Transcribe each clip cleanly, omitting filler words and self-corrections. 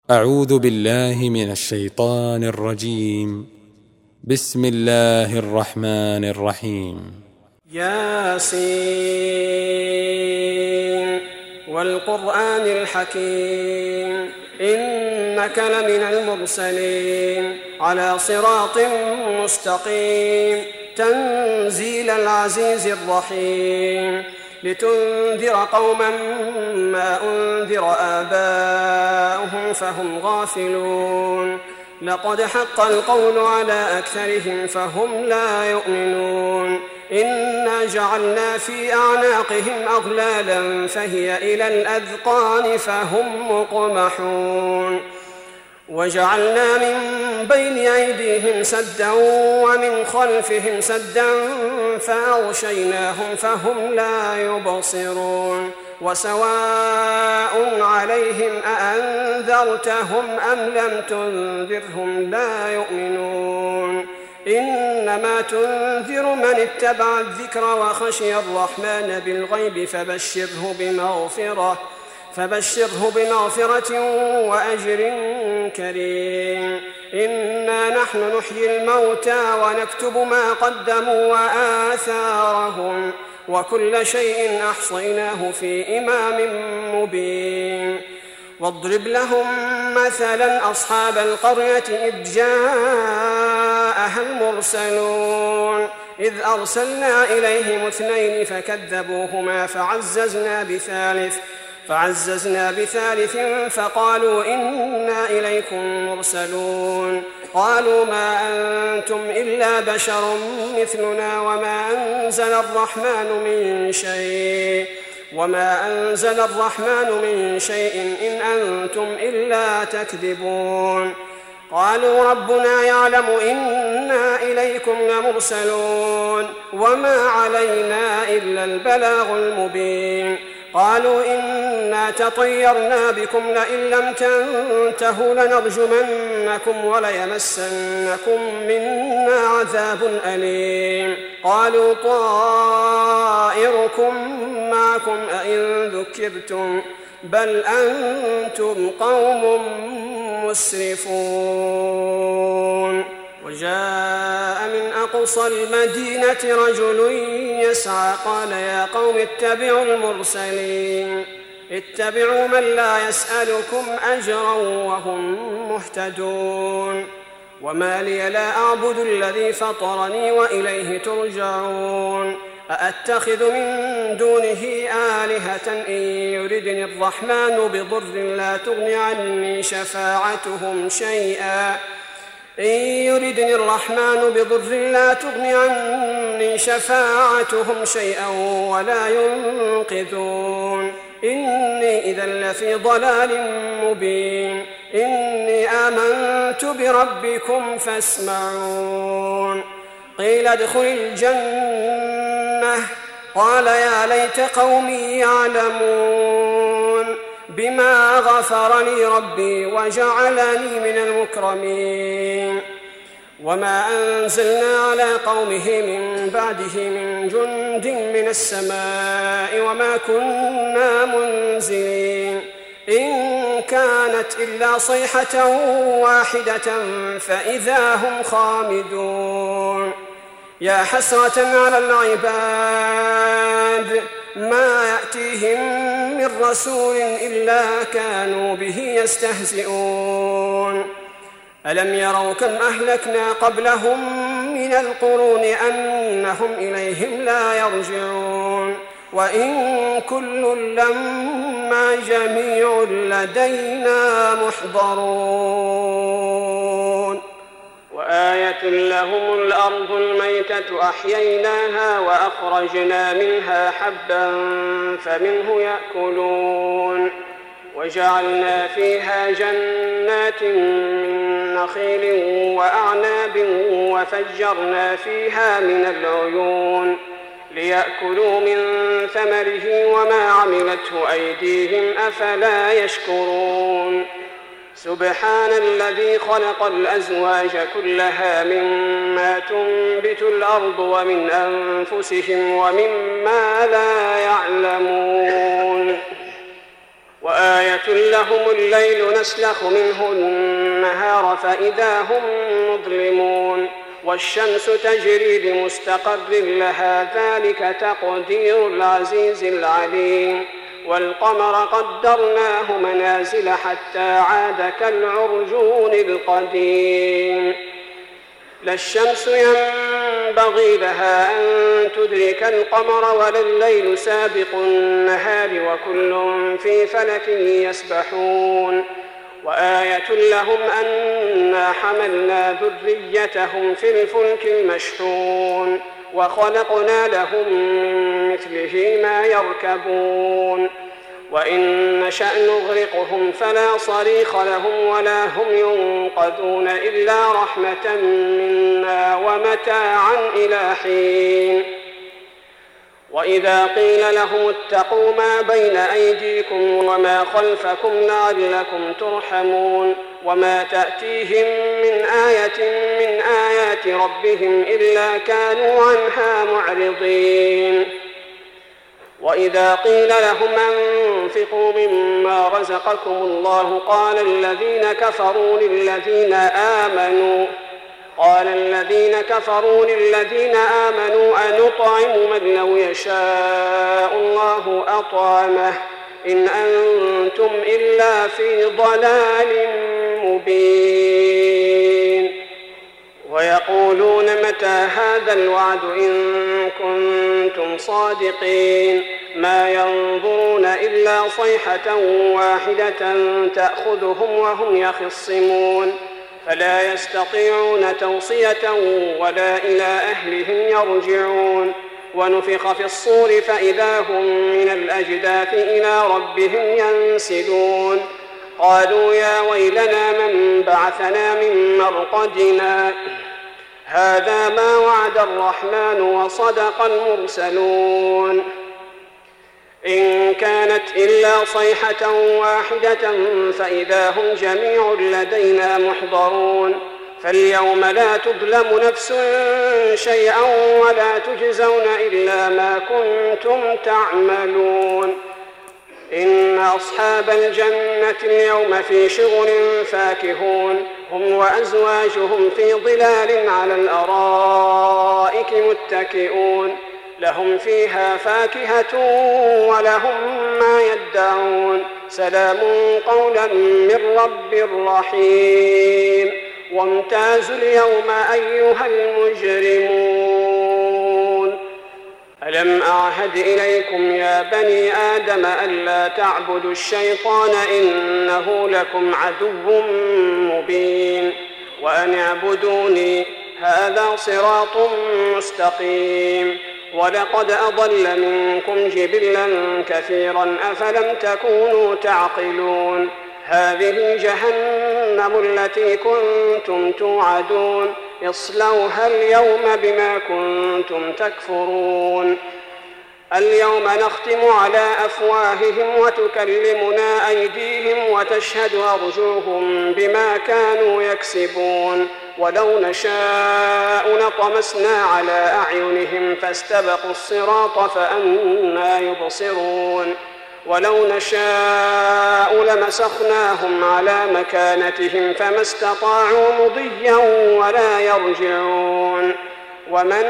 أعوذ بالله من الشيطان الرجيم. بسم الله الرحمن الرحيم. ياسين والقرآن الحكيم إنك لمن المرسلين على صراط مستقيم تنزيل العزيز الرحيم لتنذر قوما ما أنذر آباؤهم فهم غافلون لقد حق القول على أكثرهم فهم لا يؤمنون إنا جعلنا في أعناقهم أغلالا فهي إلى الأذقان فهم مقمحون وجعلنا من بين أيديهم سدا ومن خلفهم سدا فأغشيناهم فهم لا يبصرون وسواء عليهم أأنذرتهم أم لم تنذرهم لا يؤمنون إنما تنذر من اتبع الذكر وخشي الرحمن بالغيب فبشره بمغفرة وأجر كريم إنا نحن نحيي الموتى ونكتب ما قدموا وآثارهم وكل شيء أحصيناه في إمام مبين واضرب لهم مثلا أصحاب القرية إذ جاءها المرسلون إذ أرسلنا إليهم 2 فكذبوهما فعززنا بثالث فقالوا إنا إليكم مرسلون قالوا ما أنتم إلا بشر مثلنا وما أنزل الرحمن من شيء إن أنتم إلا تكذبون قالوا ربنا يعلم إنا إليكم لمرسلون وما علينا إلا البلاغ المبين قالوا إنا تطيرنا بكم لئن لم تنتهوا لنرجمنكم وليمسنكم منا عذاب أليم قالوا طائركم معكم أئن ذكرتم بل أنتم قوم مسرفون وجاء من أقصى المدينة رجل يسعى قال يا قوم اتبعوا المرسلين اتبعوا من لا يسألكم أجرا وهم مهتدون وما لي لا أعبد الذي فطرني وإليه ترجعون أأتخذ من دونه آلهة إن يردني الرحمن بضر لا تغن عني شفاعتهم شيئا ولا ينقذون إني إذا لفي ضلال مبين إني آمنت بربكم فاسمعون قيل ادخل الجنة قال يا ليت قومي يعلمون بما غفر لي ربي وجعلني من المكرمين وما أنزلنا على قومه من بعده من جند من السماء وما كنا منزلين إن كانت إلا صيحة واحدة فإذا هم خامدون يا حسرة على العباد ما يأتيهم من رسول إلا كانوا به يستهزئون ألم يروا كم أهلكنا قبلهم من القرون أنهم إليهم لا يرجعون وإن كل لما جميع لدينا محضرون وآية لهم الأرض الميتة أحييناها وأخرجنا منها حبا فمنه يأكلون وجعلنا فيها جنات من نخيل وأعناب وفجرنا فيها من العيون ليأكلوا من ثمره وما عملته أيديهم أفلا يشكرون سبحان الذي خلق الأزواج كلها مما تنبت الأرض ومن أنفسهم ومما لا يعلمون وآية لهم الليل نسلخ منه النهار فإذا هم مظلمون والشمس تجري لمستقر لها ذلك تقدير العزيز العليم والقمر قدرناه منازل حتى عاد كالعرجون القديم لا الشمس ينبغي لها أن تدرك القمر ولا الليل سابق النهار وكل في فلك يسبحون وآية لهم أنا حملنا ذريتهم في الفلك المشحون وخلقنا لهم من مثله ما يركبون وإن نشأ نغرقهم فلا صريخ لهم ولا هم ينقذون إلا رحمة منا ومتاعا إلى حين وإذا قيل لهم اتقوا ما بين أيديكم وما خلفكم لعلكم ترحمون وما تأتيهم من آية من آيات ربهم إلا كانوا عنها معرضين وإذا قيل لهم أنفقوا مما رزقكم الله قال الذين كفروا للذين آمنوا أنطعم من لو يشاء الله أطعمه إن أنتم إلا في ضلال مبين ويقولون متى هذا الوعد إن كنتم صادقين ما ينظرون إلا صيحة واحدة تأخذهم وهم يخصمون فلا يستطيعون توصية ولا إلى أهلهم يرجعون ونفخ في الصور فإذا هم من الأجداث إلى ربهم ينسلون قالوا يا ويلنا من بعثنا من مرقدنا هذا ما وعد الرحمن وصدق المرسلون إن كانت إلا صيحة واحدة فإذا هم جميع لدينا محضرون فاليوم لا تظلم نفس شيئا ولا تجزون إلا ما كنتم تعملون إن أصحاب الجنة اليوم في شغل فاكهون هم وأزواجهم في ظلال على الأرائك متكئون لهم فيها فاكهة ولهم ما يدعون سلام قولا من رب رحيم وامتازوا اليوم أيها المجرمون ألم أعهد إليكم يا بني آدم ألا تعبدوا الشيطان إنه لكم عدو مبين وأن اعبدوني هذا صراط مستقيم ولقد أضل منكم جبلا كثيرا أفلم تكونوا تعقلون هذه جهنم التي كنتم توعدون اصلوها اليوم بما كنتم تكفرون اليوم نختم على أفواههم وتكلمنا أيديهم وتشهد أرجلهم بما كانوا يكسبون ولو نشاء لطمسنا على أعينهم فاستبقوا الصراط فأنى يبصرون ولو نشاء لمسخناهم على مكانتهم فما استطاعوا مضيا ولا يرجعون ومن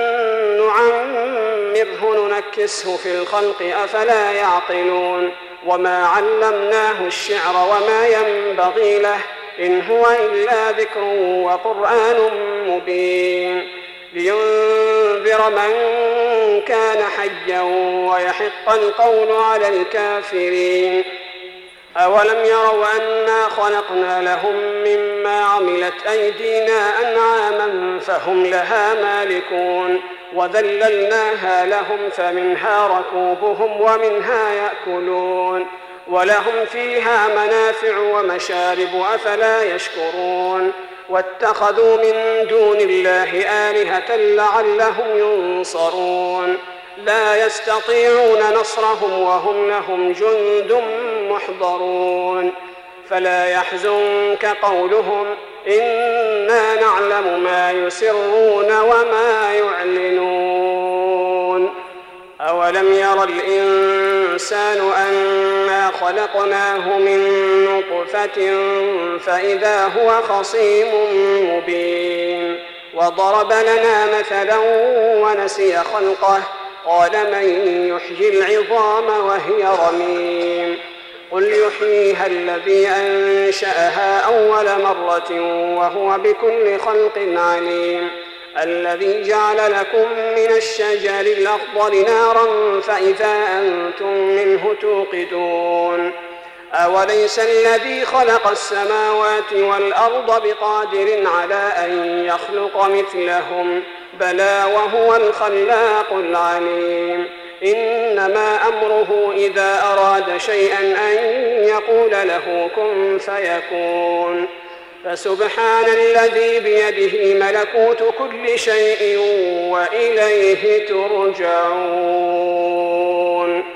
نعمره ننكسه في الخلق أفلا يعقلون وما علمناه الشعر وما ينبغي له إن هو إلا ذكر وقرآن مبين لينذر من كان حيا ويحق القول على الكافرين أولم يروا أنا خلقنا لهم مما عملت أيدينا أنعاما فهم لها مالكون وذللناها لهم فمنها ركوبهم ومنها يأكلون ولهم فيها منافع ومشارب أفلا يشكرون واتخذوا من دون الله آلهة لعلهم ينصرون لا يستطيعون نصرهم وهم لهم جند محضرون فلا يحزنك قولهم إنا نعلم ما يسرون وما يعلنون أولم ير الإنسان الإنسان أنا خلقناه من نطفة فإذا هو خصيم مبين وضرب لنا مثلا ونسي خلقه قال من يحيي العظام وهي رميم قل يحييها الذي أنشأها أول مرة وهو بكل خلق عليم الذي جعل لكم من الشجر الأخضر نارا فإذا أنتم منه توقدون أوليس الذي خلق السماوات والأرض بقادر على أن يخلق مثلهم بلى وهو الخلاق العليم إنما أمره إذا أراد شيئا أن يقول له كن فيكون فسبحان الذي بيده ملكوت كل شيء وإليه ترجعون